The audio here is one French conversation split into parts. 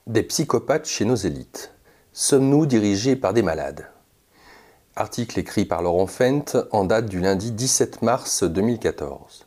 Des psychopathes chez nos élites. Sommes-nous dirigés par des malades? Article écrit par Laurent Fent en date du lundi 17 mars 2014.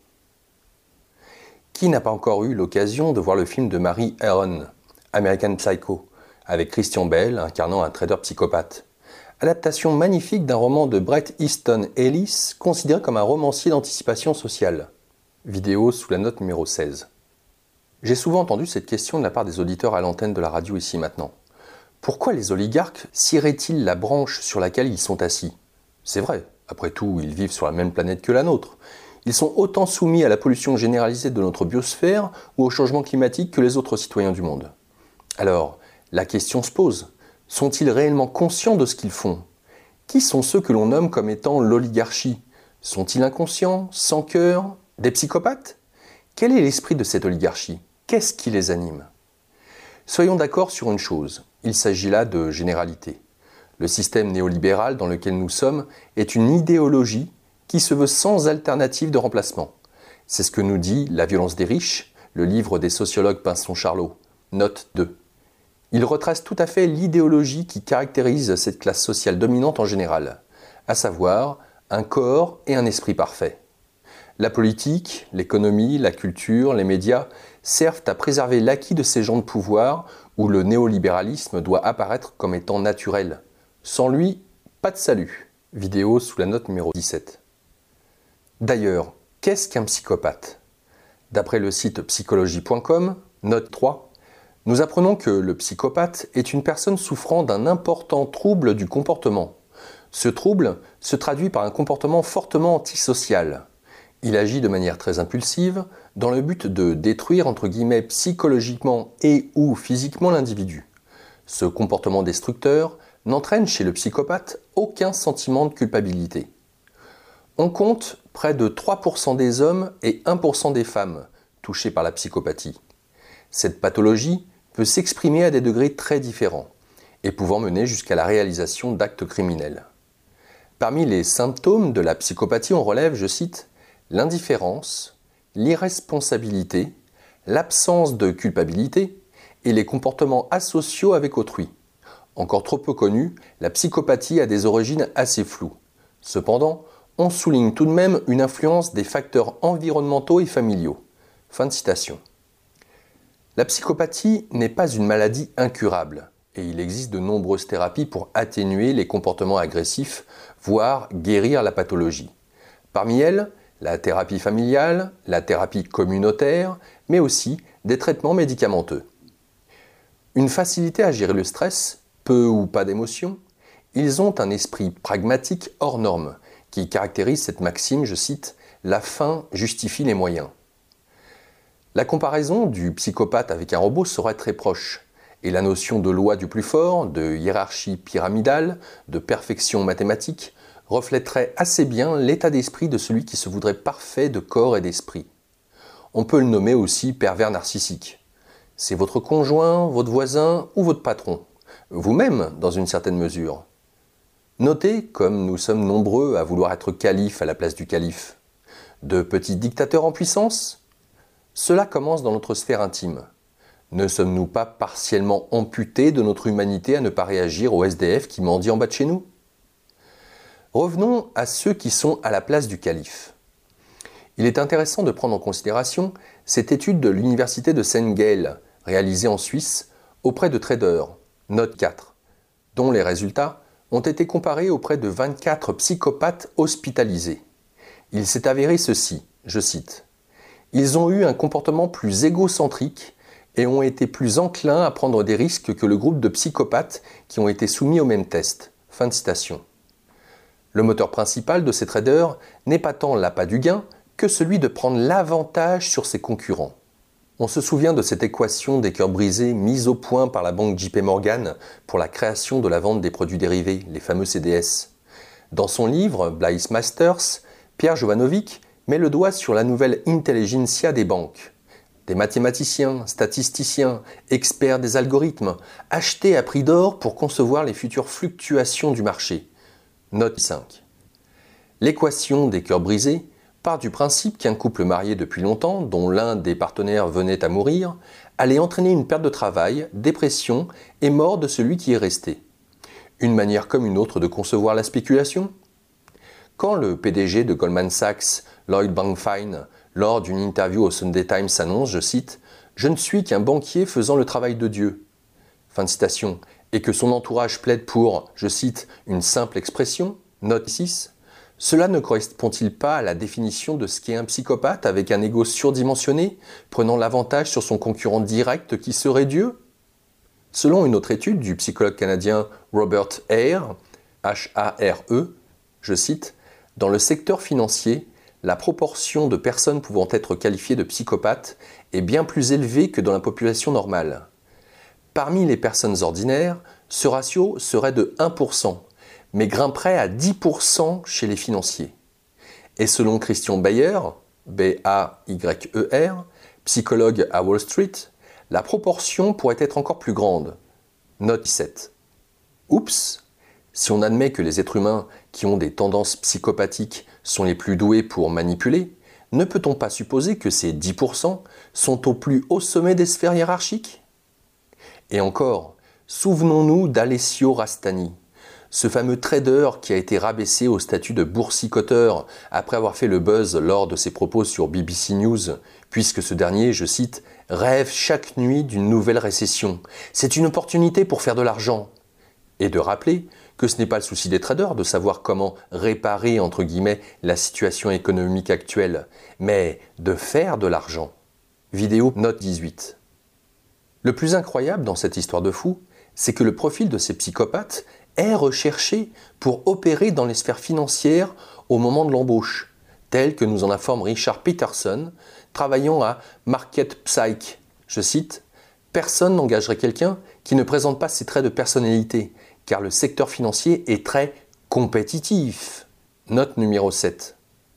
Qui n'a pas encore eu l'occasion de voir le film de Mary Harron, American Psycho, avec Christian Bale incarnant un trader psychopathe? Adaptation magnifique d'un roman de Bret Easton Ellis, considéré comme un romancier d'anticipation sociale. Vidéo sous la note numéro 16. J'ai souvent entendu cette question de la part des auditeurs à l'antenne de la radio ici maintenant. Pourquoi les oligarques cireraient-ils la branche sur laquelle ils sont assis? C'est vrai, après tout, ils vivent sur la même planète que la nôtre. Ils sont autant soumis à la pollution généralisée de notre biosphère ou au changement climatique que les autres citoyens du monde. Alors, la question se pose. Sont-ils réellement conscients de ce qu'ils font? Qui sont ceux que l'on nomme comme étant l'oligarchie? Sont-ils inconscients, sans cœur, des psychopathes? Quel est l'esprit de cette oligarchie? Qu'est-ce qui les anime? Soyons d'accord sur une chose, il s'agit là de généralité. Le système néolibéral dans lequel nous sommes est une idéologie qui se veut sans alternative de remplacement. C'est ce que nous dit La violence des riches, le livre des sociologues Pinson-Charlot, note 2. Il retrace tout à fait l'idéologie qui caractérise cette classe sociale dominante en général, à savoir un corps et un esprit parfait. La politique, l'économie, la culture, les médias servent à préserver l'acquis de ces gens de pouvoir où le néolibéralisme doit apparaître comme étant naturel. Sans lui, pas de salut. Vidéo sous la note numéro 17. D'ailleurs, qu'est-ce qu'un psychopathe? D'après le site psychologie.com, note 3, nous apprenons que le psychopathe est une personne souffrant d'un important trouble du comportement. Ce trouble se traduit par un comportement fortement antisocial. Il agit de manière très impulsive, dans le but de détruire entre guillemets psychologiquement et ou physiquement l'individu. Ce comportement destructeur n'entraîne chez le psychopathe aucun sentiment de culpabilité. On compte près de 3% des hommes et 1% des femmes touchés par la psychopathie. Cette pathologie peut s'exprimer à des degrés très différents et pouvant mener jusqu'à la réalisation d'actes criminels. Parmi les symptômes de la psychopathie, on relève, je cite, l'indifférence, l'irresponsabilité, l'absence de culpabilité et les comportements asociaux avec autrui. Encore trop peu connue, la psychopathie a des origines assez floues. Cependant, on souligne tout de même une influence des facteurs environnementaux et familiaux. Fin de citation. La psychopathie n'est pas une maladie incurable et il existe de nombreuses thérapies pour atténuer les comportements agressifs, voire guérir la pathologie. Parmi elles, la thérapie familiale, la thérapie communautaire, mais aussi des traitements médicamenteux. Une facilité à gérer le stress, peu ou pas d'émotions, ils ont un esprit pragmatique hors norme, qui caractérise cette maxime, je cite, « la fin justifie les moyens ». La comparaison du psychopathe avec un robot serait très proche, et la notion de loi du plus fort, de hiérarchie pyramidale, de perfection mathématique, reflèterait assez bien l'état d'esprit de celui qui se voudrait parfait de corps et d'esprit. On peut le nommer aussi pervers narcissique. C'est votre conjoint, votre voisin ou votre patron. Vous-même, dans une certaine mesure. Notez comme nous sommes nombreux à vouloir être calife à la place du calife. De petits dictateurs en puissance? Cela commence dans notre sphère intime. Ne sommes-nous pas partiellement amputés de notre humanité à ne pas réagir au SDF qui mendie en bas de chez nous? Revenons à ceux qui sont à la place du calife. Il est intéressant de prendre en considération cette étude de l'université de Saint-Gall, réalisée en Suisse, auprès de traders, note 4, dont les résultats ont été comparés auprès de 24 psychopathes hospitalisés. Il s'est avéré ceci, je cite, « Ils ont eu un comportement plus égocentrique et ont été plus enclins à prendre des risques que le groupe de psychopathes qui ont été soumis au même test. » Fin de citation. Le moteur principal de ces traders n'est pas tant l'appât du gain que celui de prendre l'avantage sur ses concurrents. On se souvient de cette équation des cœurs brisés mise au point par la banque JP Morgan pour la création de la vente des produits dérivés, les fameux CDS. Dans son livre Blaise Masters, Pierre Jovanovic met le doigt sur la nouvelle intelligentsia des banques. Des mathématiciens, statisticiens, experts des algorithmes, achetés à prix d'or pour concevoir les futures fluctuations du marché. Note 5. L'équation des cœurs brisés part du principe qu'un couple marié depuis longtemps, dont l'un des partenaires venait à mourir, allait entraîner une perte de travail, dépression et mort de celui qui est resté. Une manière comme une autre de concevoir la spéculation ? Quand le PDG de Goldman Sachs, Lloyd Blankfein, lors d'une interview au Sunday Times s'annonce, je cite, « Je ne suis qu'un banquier faisant le travail de Dieu », fin de citation, et que son entourage plaide pour, je cite, « une simple expression », note 6, cela ne correspond-il pas à la définition de ce qu'est un psychopathe avec un ego surdimensionné, prenant l'avantage sur son concurrent direct qui serait Dieu ? Selon une autre étude du psychologue canadien Robert Hare, H-A-R-E, je cite, « Dans le secteur financier, la proportion de personnes pouvant être qualifiées de psychopathes est bien plus élevée que dans la population normale. Parmi les personnes ordinaires, ce ratio serait de 1%, mais grimperait à 10% chez les financiers. Et selon Christian Bayer, B-A-Y-E-R, psychologue à Wall Street, la proportion pourrait être encore plus grande. Note 17. Oups, si on admet que les êtres humains qui ont des tendances psychopathiques sont les plus doués pour manipuler, ne peut-on pas supposer que ces 10% sont au plus haut sommet des sphères hiérarchiques ? Et encore, souvenons-nous d'Alessio Rastani, ce fameux trader qui a été rabaissé au statut de boursicoteur après avoir fait le buzz lors de ses propos sur BBC News, puisque ce dernier, je cite, « rêve chaque nuit d'une nouvelle récession. C'est une opportunité pour faire de l'argent. » Et de rappeler que ce n'est pas le souci des traders de savoir comment réparer, entre guillemets, la situation économique actuelle, mais de faire de l'argent. Vidéo note 18. Le plus incroyable dans cette histoire de fou, c'est que le profil de ces psychopathes est recherché pour opérer dans les sphères financières au moment de l'embauche, tel que nous en informe Richard Peterson, travaillant à Market Psych. Je cite, « Personne n'engagerait quelqu'un qui ne présente pas ces traits de personnalité, car le secteur financier est très compétitif. » Note numéro 7.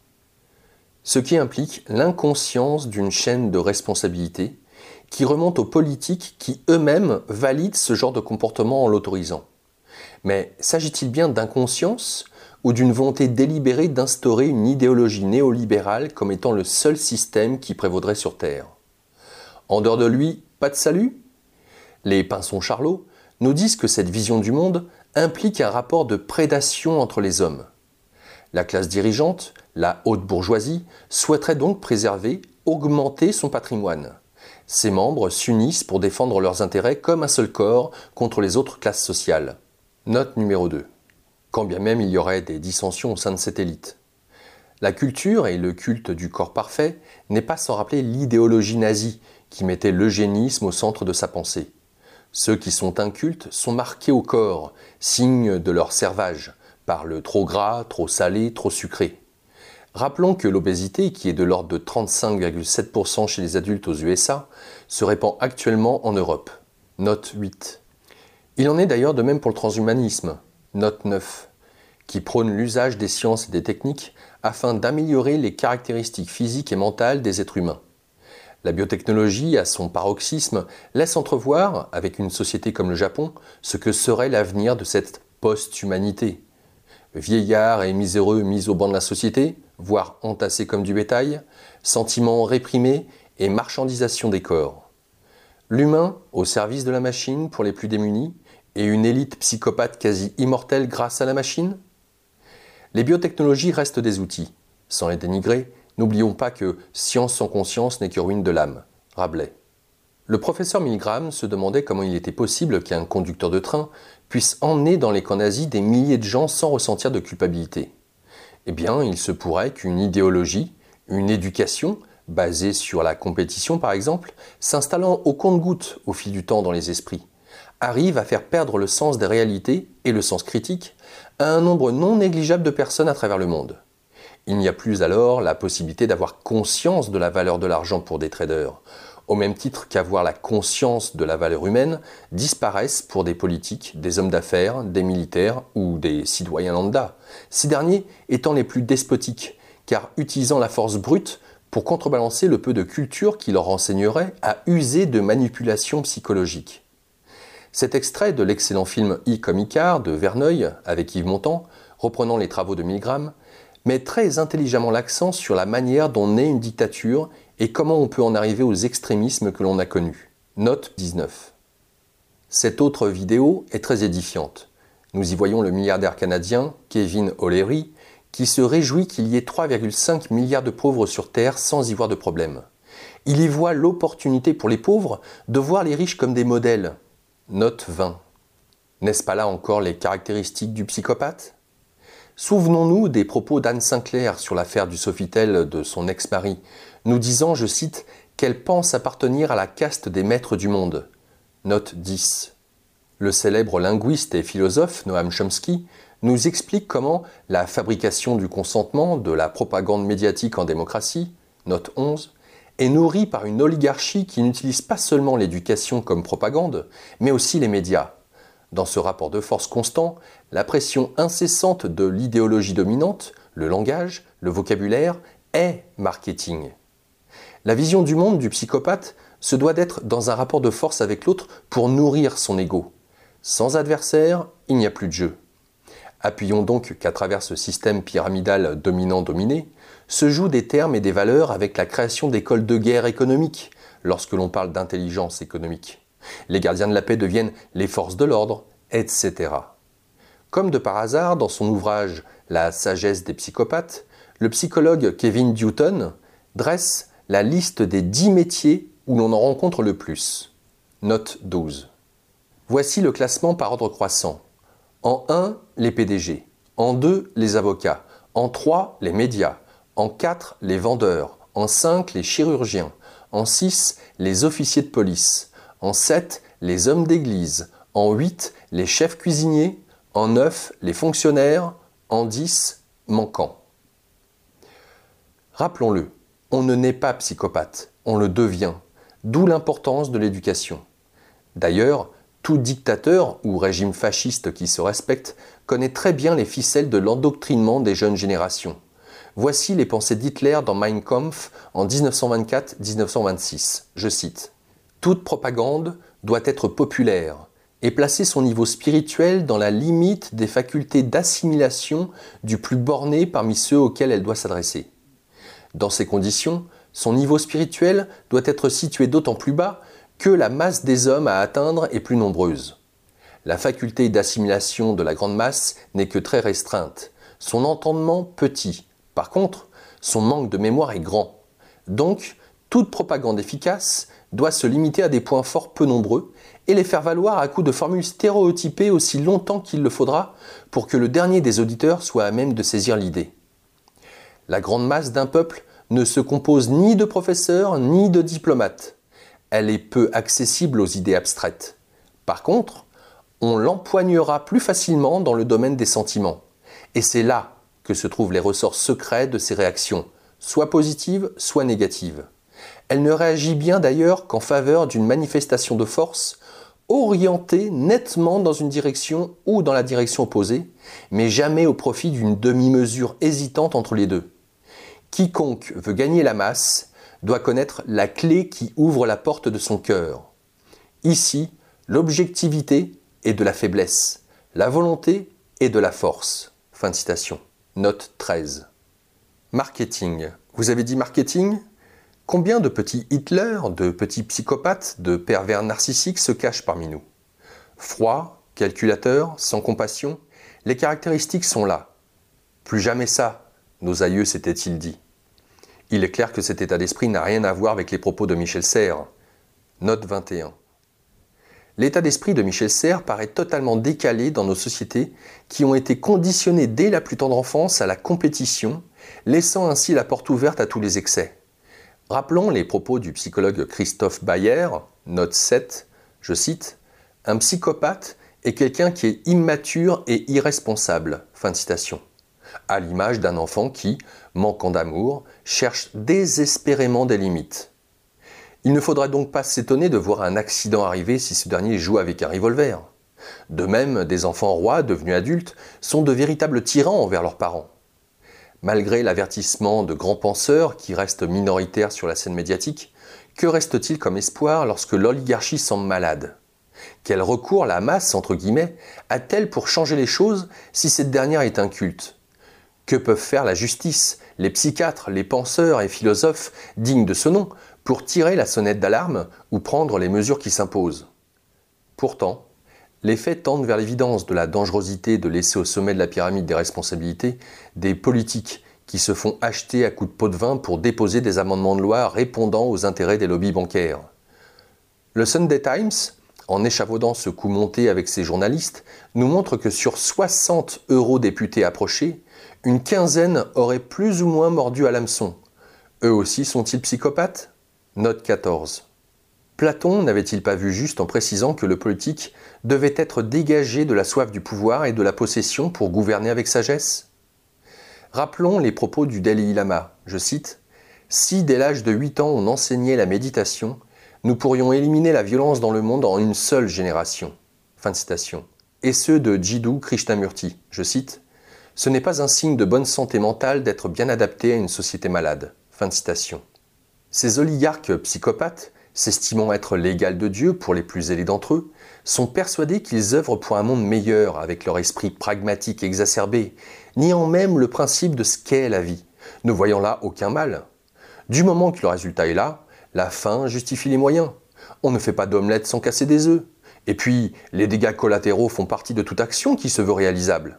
Ce qui implique l'inconscience d'une chaîne de responsabilité qui remonte aux politiques qui eux-mêmes valident ce genre de comportement en l'autorisant. Mais s'agit-il bien d'inconscience ou d'une volonté délibérée d'instaurer une idéologie néolibérale comme étant le seul système qui prévaudrait sur Terre ? En dehors de lui, pas de salut ? Les Pinsons Charlot nous disent que cette vision du monde implique un rapport de prédation entre les hommes. La classe dirigeante, la haute bourgeoisie, souhaiterait donc préserver, augmenter son patrimoine. Ses membres s'unissent pour défendre leurs intérêts comme un seul corps contre les autres classes sociales. Note numéro 2. Quand bien même il y aurait des dissensions au sein de cette élite. La culture et le culte du corps parfait n'est pas sans rappeler l'idéologie nazie qui mettait l'eugénisme au centre de sa pensée. Ceux qui sont incultes sont marqués au corps, signe de leur servage, par le trop gras, trop salé, trop sucré. Rappelons que l'obésité, qui est de l'ordre de 35,7% chez les adultes aux USA, se répand actuellement en Europe. Note 8. Il en est d'ailleurs de même pour le transhumanisme. Note 9. Qui prône l'usage des sciences et des techniques afin d'améliorer les caractéristiques physiques et mentales des êtres humains. La biotechnologie, à son paroxysme, laisse entrevoir, avec une société comme le Japon, ce que serait l'avenir de cette post-humanité. Vieillards et miséreux mis au banc de la société, voire entassés comme du bétail, sentiments réprimés et marchandisation des corps. L'humain au service de la machine pour les plus démunis et une élite psychopathe quasi immortelle grâce à la machine ? Les biotechnologies restent des outils. Sans les dénigrer, n'oublions pas que science sans conscience n'est que ruine de l'âme. Rabelais. Le professeur Milgram se demandait comment il était possible qu'un conducteur de train puisse emmener dans les camps nazis des milliers de gens sans ressentir de culpabilité. Eh bien, il se pourrait qu'une idéologie, une éducation, basée sur la compétition par exemple, s'installant au compte-gouttes au fil du temps dans les esprits, arrive à faire perdre le sens des réalités et le sens critique à un nombre non négligeable de personnes à travers le monde. Il n'y a plus alors la possibilité d'avoir conscience de la valeur de l'argent pour des traders, au même titre qu'avoir la conscience de la valeur humaine disparaissent pour des politiques, des hommes d'affaires, des militaires ou des citoyens lambda, ces derniers étant les plus despotiques, car utilisant la force brute pour contrebalancer le peu de culture qui leur enseignerait à user de manipulation psychologique. Cet extrait de l'excellent film I comme Icare de Verneuil avec Yves Montand, reprenant les travaux de Milgram, met très intelligemment l'accent sur la manière dont naît une dictature et comment on peut en arriver aux extrémismes que l'on a connus. Note 19. Cette autre vidéo est très édifiante. Nous y voyons le milliardaire canadien Kevin O'Leary qui se réjouit qu'il y ait 3,5 milliards de pauvres sur Terre sans y voir de problème. Il y voit l'opportunité pour les pauvres de voir les riches comme des modèles. Note 20. N'est-ce pas là encore les caractéristiques du psychopathe ? Souvenons-nous des propos d'Anne Sinclair sur l'affaire du Sofitel de son ex-mari, nous disant, je cite, qu'elle pense appartenir à la caste des maîtres du monde. Note 10. Le célèbre linguiste et philosophe Noam Chomsky nous explique comment la fabrication du consentement, de la propagande médiatique en démocratie, note 11, est nourrie par une oligarchie qui n'utilise pas seulement l'éducation comme propagande, mais aussi les médias. Dans ce rapport de force constant, la pression incessante de l'idéologie dominante, le langage, le vocabulaire, est marketing. La vision du monde du psychopathe se doit d'être dans un rapport de force avec l'autre pour nourrir son ego. Sans adversaire, il n'y a plus de jeu. Appuyons donc qu'à travers ce système pyramidal dominant-dominé, se jouent des termes et des valeurs avec la création d'écoles de guerre économique, lorsque l'on parle d'intelligence économique. Les gardiens de la paix deviennent les forces de l'ordre, etc. Comme de par hasard, dans son ouvrage « La sagesse des psychopathes », le psychologue Kevin Dutton dresse la liste des 10 métiers où l'on en rencontre le plus. Note 12. Voici le classement par ordre croissant. En 1, les PDG. En 2, les avocats. En 3, les médias. En 4, les vendeurs. En 5, les chirurgiens. En 6, les officiers de police. En 7, les hommes d'église. En 8, les chefs cuisiniers. En 9, les fonctionnaires. En 10, manquants. Rappelons-le, on ne naît pas psychopathe, on le devient, d'où l'importance de l'éducation. D'ailleurs, tout dictateur ou régime fasciste qui se respecte connaît très bien les ficelles de l'endoctrinement des jeunes générations. Voici les pensées d'Hitler dans Mein Kampf en 1924-1926. Je cite « Toute propagande doit être populaire et placer son niveau spirituel dans la limite des facultés d'assimilation du plus borné parmi ceux auxquels elle doit s'adresser. Dans ces conditions, son niveau spirituel doit être situé d'autant plus bas que la masse des hommes à atteindre est plus nombreuse. La faculté d'assimilation de la grande masse n'est que très restreinte, son entendement petit. Par contre, son manque de mémoire est grand. Donc, toute propagande efficace doit se limiter à des points forts peu nombreux et les faire valoir à coups de formules stéréotypées aussi longtemps qu'il le faudra pour que le dernier des auditeurs soit à même de saisir l'idée. La grande masse d'un peuple ne se compose ni de professeurs ni de diplomates. Elle est peu accessible aux idées abstraites. Par contre, on l'empoignera plus facilement dans le domaine des sentiments. Et c'est là que se trouvent les ressorts secrets de ces réactions, soit positives, soit négatives. Elle ne réagit bien d'ailleurs qu'en faveur d'une manifestation de force orientée nettement dans une direction ou dans la direction opposée, mais jamais au profit d'une demi-mesure hésitante entre les deux. Quiconque veut gagner la masse doit connaître la clé qui ouvre la porte de son cœur. Ici, l'objectivité est de la faiblesse, la volonté est de la force. Fin de citation. Note 13. Marketing. Vous avez dit marketing ? Combien de petits Hitler, de petits psychopathes, de pervers narcissiques se cachent parmi nous ? Froid, calculateur, sans compassion, les caractéristiques sont là. Plus jamais ça, nos aïeux s'étaient-ils dit. Il est clair que cet état d'esprit n'a rien à voir avec les propos de Michel Serres. Note 21. L'état d'esprit de Michel Serres paraît totalement décalé dans nos sociétés qui ont été conditionnées dès la plus tendre enfance à la compétition, laissant ainsi la porte ouverte à tous les excès. Rappelons les propos du psychologue Christophe Bayer, note 7, je cite « Un psychopathe est quelqu'un qui est immature et irresponsable ». Fin de citation. À l'image d'un enfant qui, manquant d'amour, cherche désespérément des limites. Il ne faudra donc pas s'étonner de voir un accident arriver si ce dernier joue avec un revolver. De même, des enfants rois devenus adultes sont de véritables tyrans envers leurs parents. Malgré l'avertissement de grands penseurs qui restent minoritaires sur la scène médiatique, que reste-t-il comme espoir lorsque l'oligarchie semble malade ? Quel recours la masse, entre guillemets, a-t-elle pour changer les choses si cette dernière est inculte ? Que peuvent faire la justice, les psychiatres, les penseurs et philosophes dignes de ce nom pour tirer la sonnette d'alarme ou prendre les mesures qui s'imposent? Pourtant, les faits tendent vers l'évidence de la dangerosité de laisser au sommet de la pyramide des responsabilités des politiques qui se font acheter à coups de pot de vin pour déposer des amendements de loi répondant aux intérêts des lobbies bancaires. Le Sunday Times, en échafaudant ce coup monté avec ses journalistes, nous montre que sur 60 eurodéputés approchés, une quinzaine auraient plus ou moins mordu à l'hameçon. Eux aussi sont-ils psychopathes? Note 14. Platon n'avait-il pas vu juste en précisant que le politique devait être dégagé de la soif du pouvoir et de la possession pour gouverner avec sagesse? Rappelons les propos du Dalai Lama, je cite « Si dès l'âge de 8 ans on enseignait la méditation, nous pourrions éliminer la violence dans le monde en une seule génération. » Fin de citation. Et ceux de Jiddu Krishnamurti, je cite « Ce n'est pas un signe de bonne santé mentale d'être bien adapté à une société malade. » Fin de citation. Ces oligarques psychopathes, s'estimant être l'égal de Dieu pour les plus zélés d'entre eux, sont persuadés qu'ils œuvrent pour un monde meilleur avec leur esprit pragmatique exacerbé, niant même le principe de ce qu'est la vie, ne voyant là aucun mal. Du moment que le résultat est là, la fin justifie les moyens. On ne fait pas d'omelette sans casser des œufs. Et puis, les dégâts collatéraux font partie de toute action qui se veut réalisable.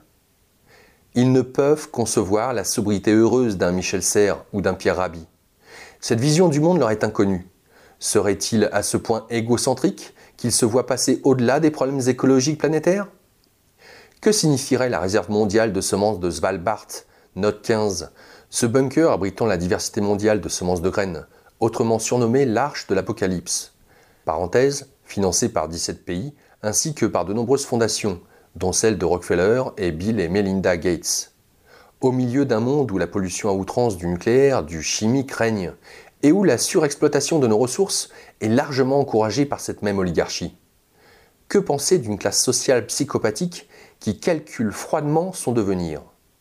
Ils ne peuvent concevoir la sobriété heureuse d'un Michel Serres ou d'un Pierre Rabhi. Cette vision du monde leur est inconnue. Serait-il à ce point égocentrique qu'ils se voient passer au-delà des problèmes écologiques planétaires? Que signifierait la réserve mondiale de semences de Svalbard, note 15, ce bunker abritant la diversité mondiale de semences de graines, autrement surnommé l'Arche de l'Apocalypse, parenthèse, financée par 17 pays, ainsi que par de nombreuses fondations, dont celle de Rockefeller et Bill et Melinda Gates. Au milieu d'un monde où la pollution à outrance du nucléaire, du chimique règne, et où la surexploitation de nos ressources est largement encouragée par cette même oligarchie. Que penser d'une classe sociale psychopathique qui calcule froidement son devenir?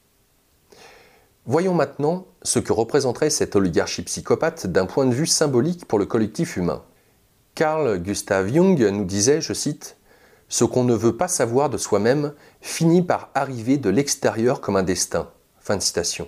Voyons maintenant ce que représenterait cette oligarchie psychopathe d'un point de vue symbolique pour le collectif humain. Carl Gustav Jung nous disait, je cite, « Ce qu'on ne veut pas savoir de soi-même finit par arriver de l'extérieur comme un destin. » Fin de citation.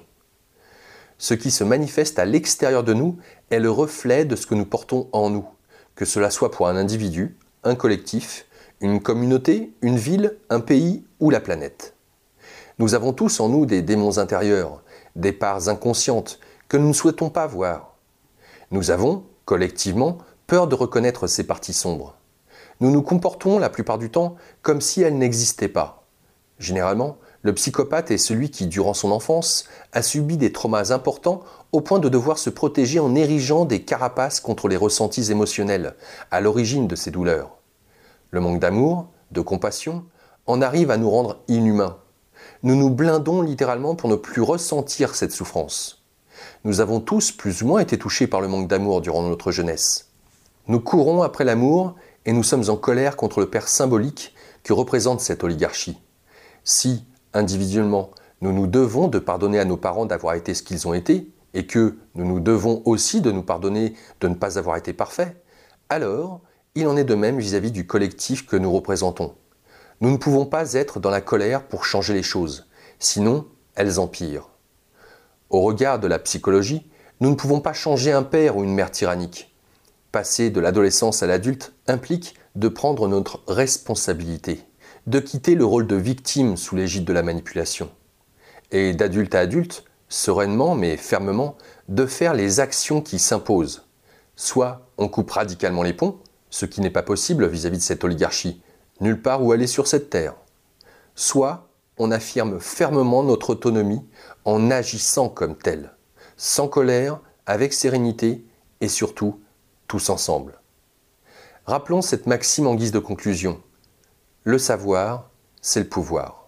Ce qui se manifeste à l'extérieur de nous est le reflet de ce que nous portons en nous, que cela soit pour un individu, un collectif, une communauté, une ville, un pays ou la planète. Nous avons tous en nous des démons intérieurs, des parts inconscientes que nous ne souhaitons pas voir. Nous avons, collectivement, peur de reconnaître ces parties sombres. Nous nous comportons la plupart du temps comme si elles n'existaient pas. Généralement, le psychopathe est celui qui, durant son enfance, a subi des traumas importants au point de devoir se protéger en érigeant des carapaces contre les ressentis émotionnels, à l'origine de ces douleurs. Le manque d'amour, de compassion, en arrive à nous rendre inhumains. Nous nous blindons littéralement pour ne plus ressentir cette souffrance. Nous avons tous plus ou moins été touchés par le manque d'amour durant notre jeunesse. Nous courons après l'amour et nous sommes en colère contre le père symbolique que représente cette oligarchie. Si, individuellement, nous nous devons de pardonner à nos parents d'avoir été ce qu'ils ont été, et que nous nous devons aussi de nous pardonner de ne pas avoir été parfaits, alors il en est de même vis-à-vis du collectif que nous représentons. Nous ne pouvons pas être dans la colère pour changer les choses, sinon elles empirent. Au regard de la psychologie, nous ne pouvons pas changer un père ou une mère tyrannique. Passer de l'adolescence à l'adulte implique de prendre notre responsabilité, de quitter le rôle de victime sous l'égide de la manipulation. Et d'adulte à adulte, sereinement mais fermement, de faire les actions qui s'imposent. Soit on coupe radicalement les ponts, ce qui n'est pas possible vis-à-vis de cette oligarchie, nulle part où aller sur cette terre. Soit on affirme fermement notre autonomie en agissant comme tel, sans colère, avec sérénité et surtout tous ensemble. Rappelons cette maxime en guise de conclusion. Le savoir, c'est le pouvoir.